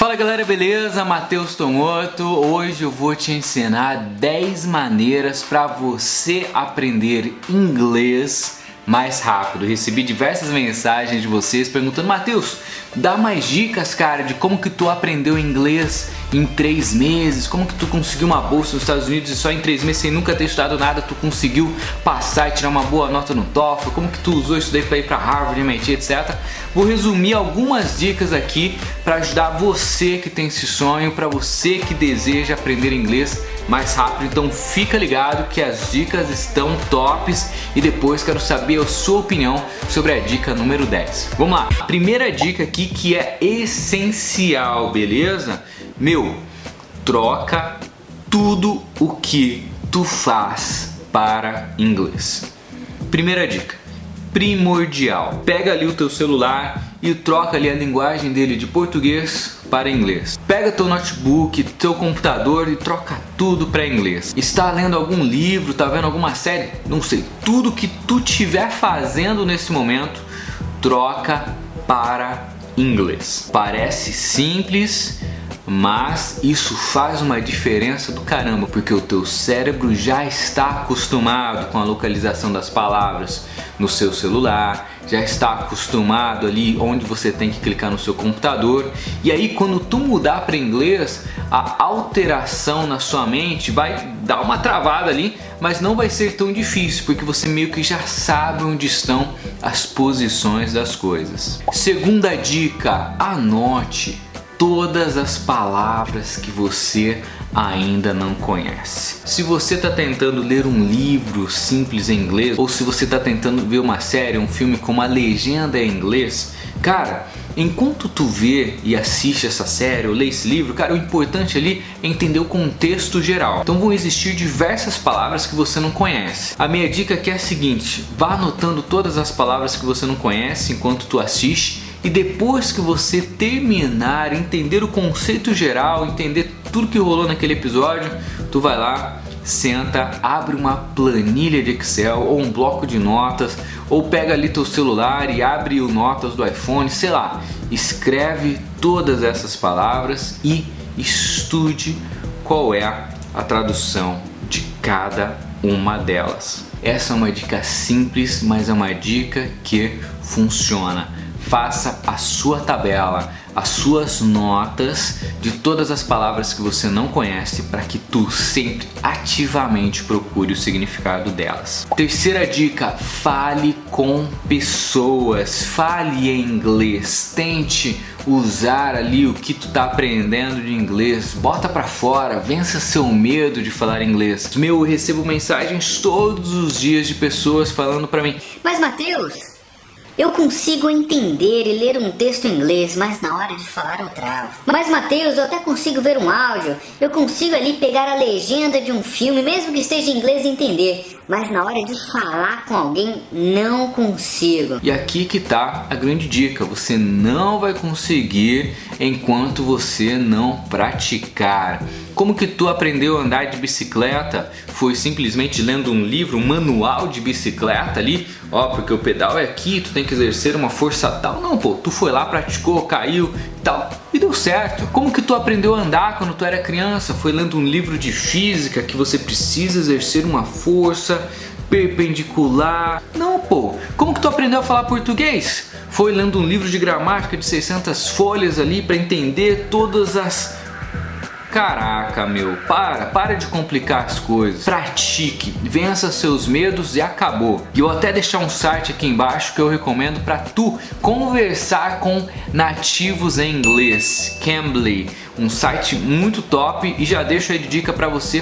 Fala galera, beleza? Matheus Tomoto. Hoje eu vou te ensinar 10 maneiras para você aprender inglês mais rápido. Recebi diversas mensagens de vocês perguntando: Matheus, dá mais dicas, cara, de como que tu aprendeu inglês em 3 meses, como que tu conseguiu uma bolsa nos Estados Unidos e só em 3 meses, sem nunca ter estudado nada, tu conseguiu passar e tirar uma boa nota no TOEFL, como que tu usou isso daí para ir para Harvard, MIT, etc. Vou resumir algumas dicas aqui para ajudar você que tem esse sonho, para você que deseja aprender inglês mais rápido. Então fica ligado que as dicas estão tops e depois quero saber a sua opinião sobre a dica número 10. Vamos lá, a primeira dica aqui que é essencial, beleza? Troca tudo o que tu faz para inglês. Primeira dica, primordial. Pega ali o teu celular e troca ali a linguagem dele de português para inglês. Pega teu notebook, teu computador e troca tudo para inglês. Está lendo algum livro, tá vendo alguma série? Não sei. Tudo que tu estiver fazendo nesse momento, troca para inglês. Parece simples, mas isso faz uma diferença do caramba, porque o teu cérebro já está acostumado com a localização das palavras no seu celular, já está acostumado ali onde você tem que clicar no seu computador, e aí quando tu mudar para inglês, a alteração na sua mente vai dar uma travada ali, mas não vai ser tão difícil, porque você meio que já sabe onde estão as posições das coisas. Segunda dica, anote todas as palavras que você ainda não conhece. Se você está tentando ler um livro simples em inglês, ou se você está tentando ver uma série, um filme com uma legenda em inglês, cara, enquanto tu vê e assiste essa série ou lê esse livro, cara, o importante ali é entender o contexto geral. Então vão existir diversas palavras que você não conhece. A minha dica aqui é a seguinte: vá anotando todas as palavras que você não conhece enquanto tu assiste, e depois que você terminar, entender o conceito geral, entender tudo que rolou naquele episódio, tu vai lá, senta, abre uma planilha de Excel ou um bloco de notas, ou pega ali teu celular e abre o notas do iPhone, sei lá, escreve todas essas palavras e estude qual é a tradução de cada uma delas. Essa é uma dica simples, mas é uma dica que funciona. Faça a sua tabela, as suas notas de todas as palavras que você não conhece, para que tu sempre ativamente procure o significado delas. Terceira dica, fale com pessoas, fale em inglês, tente usar ali o que tu tá aprendendo de inglês, bota pra fora, vença seu medo de falar inglês. Eu recebo mensagens todos os dias de pessoas falando pra mim: mas Matheus, eu consigo entender e ler um texto em inglês, mas na hora de falar eu travo. Mas Matheus, eu até consigo ver um áudio, eu consigo ali pegar a legenda de um filme, mesmo que esteja em inglês, e entender, mas na hora de falar com alguém, não consigo. E aqui que tá a grande dica: você não vai conseguir enquanto você não praticar. Como que tu aprendeu a andar de bicicleta? Foi simplesmente lendo um livro, um manual de bicicleta ali? Ó, porque o pedal é aqui, tu tem que exercer uma força tal. Não, pô, tu foi lá, praticou, caiu e tal, e deu certo. Como que tu aprendeu a andar quando tu era criança? Foi lendo um livro de física que você precisa exercer uma força perpendicular. Não, pô. Como que tu aprendeu a falar português? Foi lendo um livro de gramática de 600 folhas ali para entender todas as... Caraca, para de complicar as coisas. Pratique, vença seus medos e acabou. E eu vou até deixar um site aqui embaixo que eu recomendo para tu conversar com nativos em inglês, Cambly, um site muito top, e já deixo aí de dica para você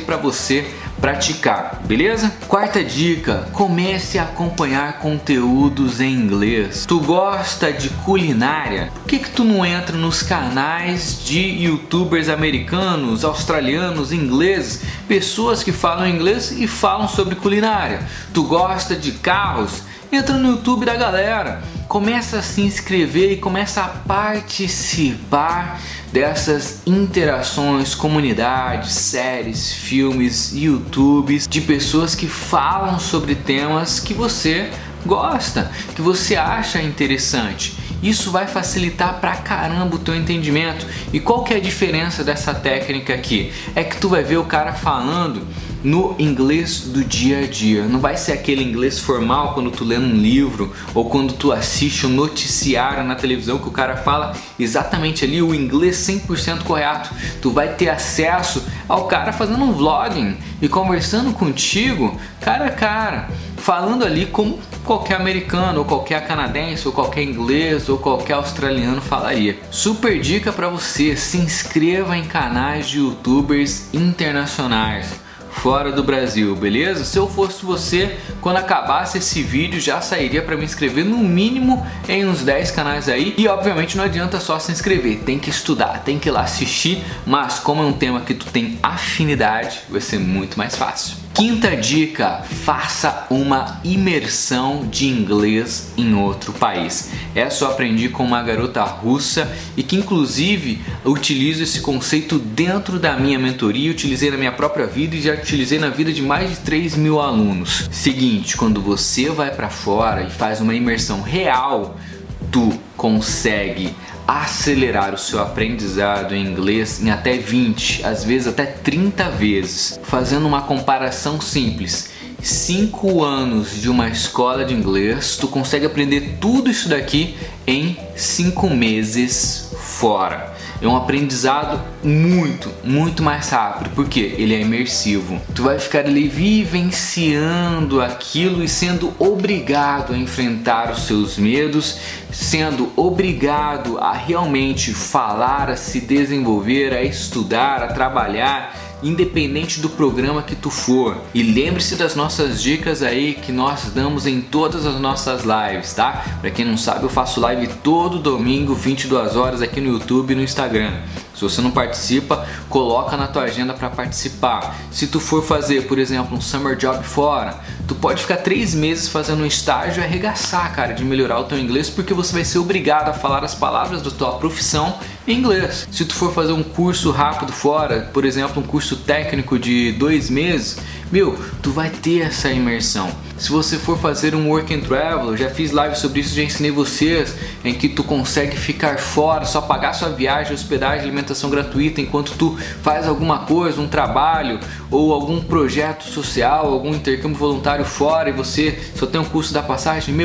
praticar, beleza? Quarta dica, comece a acompanhar conteúdos em inglês. Tu gosta de culinária? Por que tu não entra nos canais de youtubers americanos, australianos, ingleses, pessoas que falam inglês e falam sobre culinária? Tu gosta de carros? Entra no YouTube da galera, começa a se inscrever e começa a participar dessas interações, comunidades, séries, filmes, YouTubes, de pessoas que falam sobre temas que você gosta, que você acha interessante. Isso vai facilitar pra caramba o teu entendimento. E qual que é a diferença dessa técnica aqui? É que tu vai ver o cara falando no inglês do dia a dia. Não vai ser aquele inglês formal quando tu lê um livro ou quando tu assiste um noticiário na televisão que o cara fala exatamente ali o inglês 100% correto. Tu vai ter acesso ao cara fazendo um vlogging e conversando contigo cara a cara, falando ali como qualquer americano, ou qualquer canadense, ou qualquer inglês, ou qualquer australiano falaria. Super dica para você: se inscreva em canais de youtubers internacionais fora do Brasil, beleza? Se eu fosse você, quando acabasse esse vídeo já sairia para me inscrever no mínimo em uns 10 canais aí. E obviamente não adianta só se inscrever, tem que estudar, tem que ir lá assistir, mas como é um tema que tu tem afinidade, vai ser muito mais fácil. Quinta dica: faça uma imersão de inglês em outro país. Essa eu aprendi com uma garota russa e que inclusive eu utilizo esse conceito dentro da minha mentoria, utilizei na minha própria vida e já utilizei na vida de mais de 3 mil alunos. Seguinte, quando você vai para fora e faz uma imersão real, tu consegue acelerar o seu aprendizado em inglês em até 20, às vezes até 30 vezes. Fazendo uma comparação simples, 5 anos de uma escola de inglês, tu consegue aprender tudo isso daqui em 5 meses fora. É um aprendizado muito mais rápido, porque ele é imersivo. Tu vai ficar ali vivenciando aquilo e sendo obrigado a enfrentar os seus medos, sendo obrigado a realmente falar, a se desenvolver, a estudar, a trabalhar, independente do programa que tu for. E lembre-se das nossas dicas aí que nós damos em todas as nossas lives, tá? Pra quem não sabe, eu faço live todo domingo, 22 horas aqui no YouTube e no Instagram. Se você não participa, coloca na tua agenda para participar. Se tu for fazer, por exemplo, um summer job fora, tu pode ficar 3 meses fazendo um estágio e arregaçar, cara, de melhorar o teu inglês, porque você vai ser obrigado a falar as palavras da tua profissão em inglês. Se tu for fazer um curso rápido fora, por exemplo, um curso técnico de 2 meses, tu vai ter essa imersão. Se você for fazer um work and travel, eu já fiz live sobre isso, já ensinei vocês, em que tu consegue ficar fora, só pagar sua viagem, hospedagem, alimentação gratuita enquanto tu faz alguma coisa, um trabalho ou algum projeto social, algum intercâmbio voluntário fora e você só tem um custo da passagem.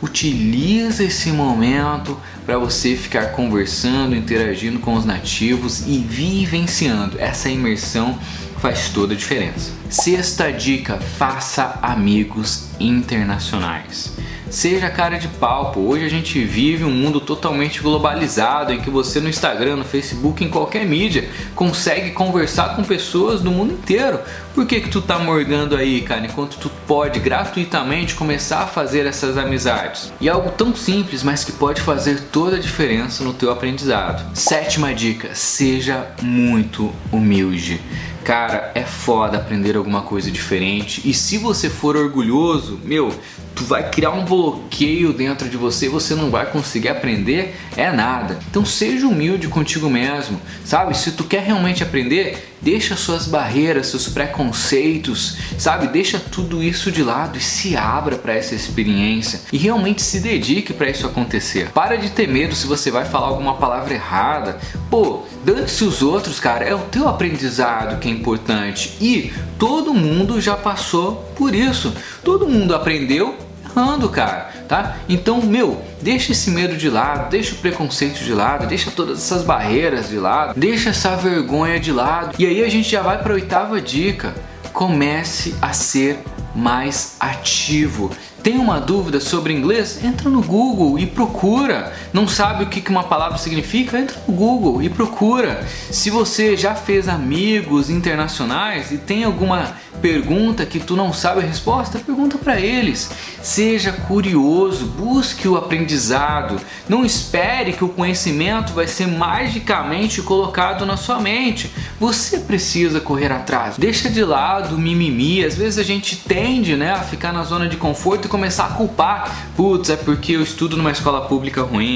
Utiliza esse momento para você ficar conversando, interagindo com os nativos e vivenciando. Essa imersão faz toda a diferença. Sexta dica: faça amigos internacionais. Seja cara de pau, pô. Hoje a gente vive um mundo totalmente globalizado em que você no Instagram, no Facebook, em qualquer mídia consegue conversar com pessoas do mundo inteiro. Por que tu tá morgando aí, cara, enquanto tu pode gratuitamente começar a fazer essas amizades? E algo tão simples, mas que pode fazer toda a diferença no teu aprendizado. Sétima dica: seja muito humilde. Cara, é foda aprender alguma coisa diferente e se você for orgulhoso, tu vai criar um bloqueio dentro de você e você não vai conseguir aprender nada. Então seja humilde contigo mesmo, sabe? Se tu quer realmente aprender, deixa suas barreiras, seus preconceitos, sabe? Deixa tudo isso de lado e se abra para essa experiência e realmente se dedique para isso acontecer. Para de ter medo se você vai falar alguma palavra errada. Dane-se os outros, cara, é o teu aprendizado que é importante e todo mundo já passou por isso. Todo mundo aprendeu errando, cara, tá? Então, deixa esse medo de lado, deixa o preconceito de lado, deixa todas essas barreiras de lado, deixa essa vergonha de lado. E aí a gente já vai para a 8ª dica: comece a ser mais ativo. Tem uma dúvida sobre inglês? Entra no Google e procura. Não sabe o que uma palavra significa? Entra no Google e procura. Se você já fez amigos internacionais e tem alguma pergunta que tu não sabe a resposta, pergunta para eles. Seja curioso, busque o aprendizado. Não espere que o conhecimento vai ser magicamente colocado na sua mente. Você precisa correr atrás. Deixa de lado o mimimi. Às vezes a gente tende, a ficar na zona de conforto e começar a culpar. É porque eu estudo numa escola pública ruim.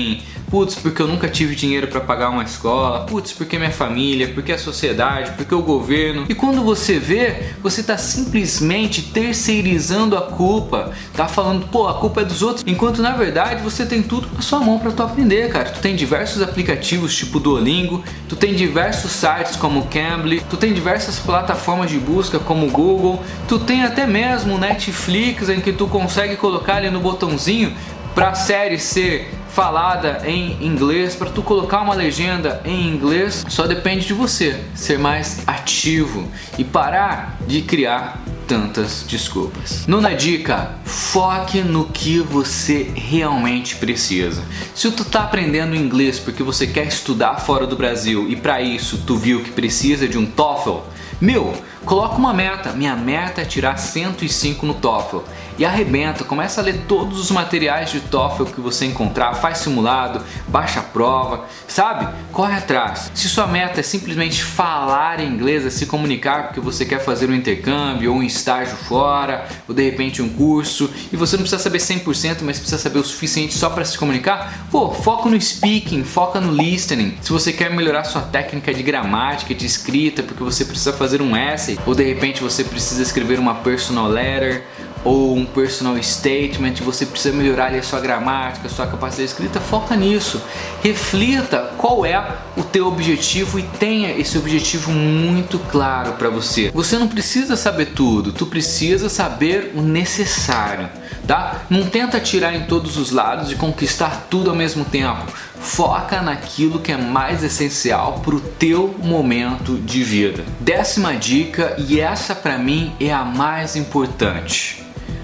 putz, porque eu nunca tive dinheiro para pagar uma escola, putz, porque minha família, porque a sociedade, porque o governo. E quando você vê, você tá simplesmente terceirizando a culpa, tá falando, pô, a culpa é dos outros, enquanto na verdade você tem tudo na sua mão para tu aprender, cara. Tu tem diversos aplicativos tipo Duolingo, tu tem diversos sites como o Cambly, tu tem diversas plataformas de busca como o Google, tu tem até mesmo o Netflix, em que tu consegue colocar ali no botãozinho para a série ser falada em inglês, para tu colocar uma legenda em inglês. Só depende de você ser mais ativo e parar de criar tantas desculpas. Nona dica: foque no que você realmente precisa. Se tu tá aprendendo inglês porque você quer estudar fora do Brasil e para isso tu viu que precisa de um TOEFL, coloca uma meta. Minha meta é tirar 105 no TOEFL. E arrebenta, começa a ler todos os materiais de TOEFL que você encontrar, faz simulado, baixa a prova, sabe? Corre atrás. Se sua meta é simplesmente falar inglês, é se comunicar porque você quer fazer um intercâmbio ou um estágio fora, ou de repente um curso, e você não precisa saber 100%, mas precisa saber o suficiente só para se comunicar, foca no speaking, foca no listening. Se você quer melhorar sua técnica de gramática, de escrita, porque você precisa fazer um essay, ou de repente você precisa escrever uma personal letter, ou um personal statement, você precisa melhorar ali a sua gramática, a sua capacidade de escrita, foca nisso. Reflita qual é o teu objetivo e tenha esse objetivo muito claro para você. Você não precisa saber tudo, tu precisa saber o necessário, tá? Não tenta atirar em todos os lados e conquistar tudo ao mesmo tempo. Foca naquilo que é mais essencial para o teu momento de vida. 10ª dica, e essa para mim é a mais importante: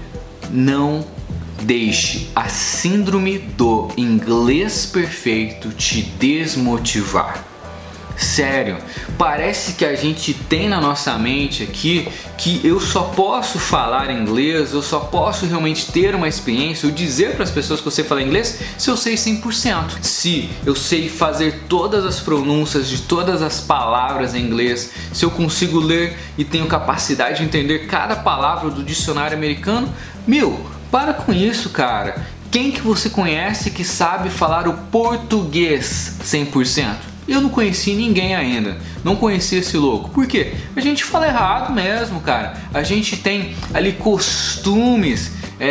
não deixe a síndrome do inglês perfeito te desmotivar. Sério, parece que a gente tem na nossa mente aqui que eu só posso falar inglês, eu só posso realmente ter uma experiência, ou dizer para as pessoas que eu sei falar inglês se eu sei 100%. Se eu sei fazer todas as pronúncias de todas as palavras em inglês, se eu consigo ler e tenho capacidade de entender cada palavra do dicionário americano, para com isso, cara. Quem que você conhece que sabe falar o português 100%? Eu não conheci ninguém ainda, não conheci esse louco. Por quê? A gente fala errado mesmo, cara. A gente tem ali costumes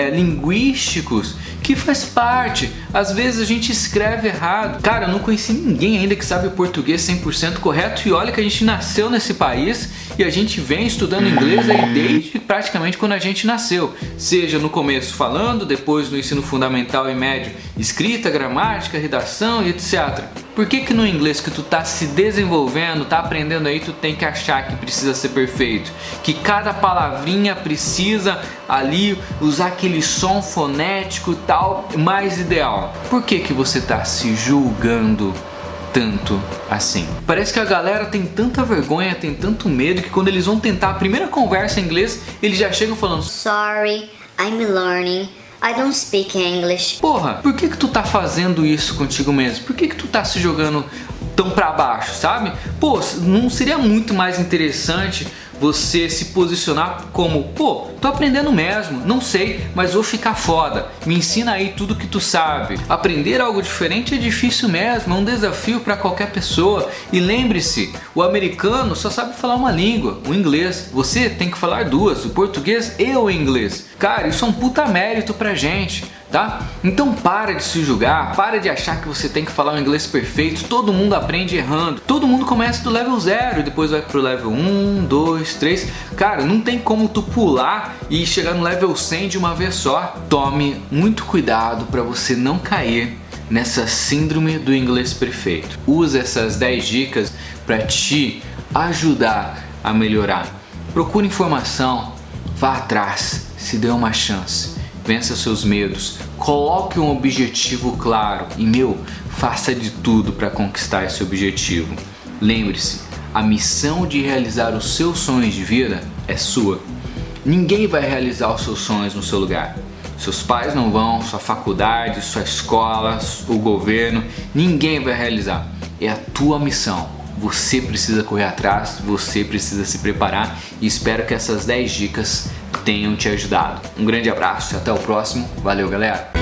linguísticos que faz parte. Às vezes a gente escreve errado. Cara, eu não conheci ninguém ainda que sabe o português 100% correto. E olha que a gente nasceu nesse país e a gente vem estudando inglês aí desde praticamente quando a gente nasceu. Seja no começo falando, depois no ensino fundamental e médio, escrita, gramática, redação e etc. Por que no inglês que tu tá se desenvolvendo, tá aprendendo aí, tu tem que achar que precisa ser perfeito? Que cada palavrinha precisa ali usar aquele som fonético tal mais ideal. Por que você tá se julgando tanto assim? Parece que a galera tem tanta vergonha, tem tanto medo, que quando eles vão tentar a primeira conversa em inglês, eles já chegam falando: Sorry, I'm learning. I don't speak English. Porra, por que tu tá fazendo isso contigo mesmo? Por que tu tá se jogando tão pra baixo, sabe? Pô, não seria muito mais interessante você se posicionar como: tô aprendendo mesmo, não sei, mas vou ficar foda, me ensina aí tudo que tu sabe. Aprender algo diferente é difícil mesmo, é um desafio para qualquer pessoa. E lembre-se, o americano só sabe falar uma língua, o inglês. Você tem que falar duas, o português e o inglês. Cara, isso é um puta mérito pra gente, tá? Então para de se julgar, para de achar que você tem que falar o inglês perfeito. Todo mundo aprende errando, todo mundo começa do level 0 e depois vai pro level 1, 2, 3. Cara, não tem como tu pular e chegar no level 100 de uma vez só. Tome muito cuidado para você não cair nessa síndrome do inglês perfeito. Use essas 10 dicas para te ajudar a melhorar. Procure informação, vá atrás, se dê uma chance. Vença seus medos, coloque um objetivo claro e, faça de tudo para conquistar esse objetivo. Lembre-se, a missão de realizar os seus sonhos de vida é sua. Ninguém vai realizar os seus sonhos no seu lugar. Seus pais não vão, sua faculdade, sua escola, o governo, ninguém vai realizar. É a tua missão. Você precisa correr atrás, você precisa se preparar e espero que essas 10 dicas tenham te ajudado. Um grande abraço e até o próximo. Valeu, galera!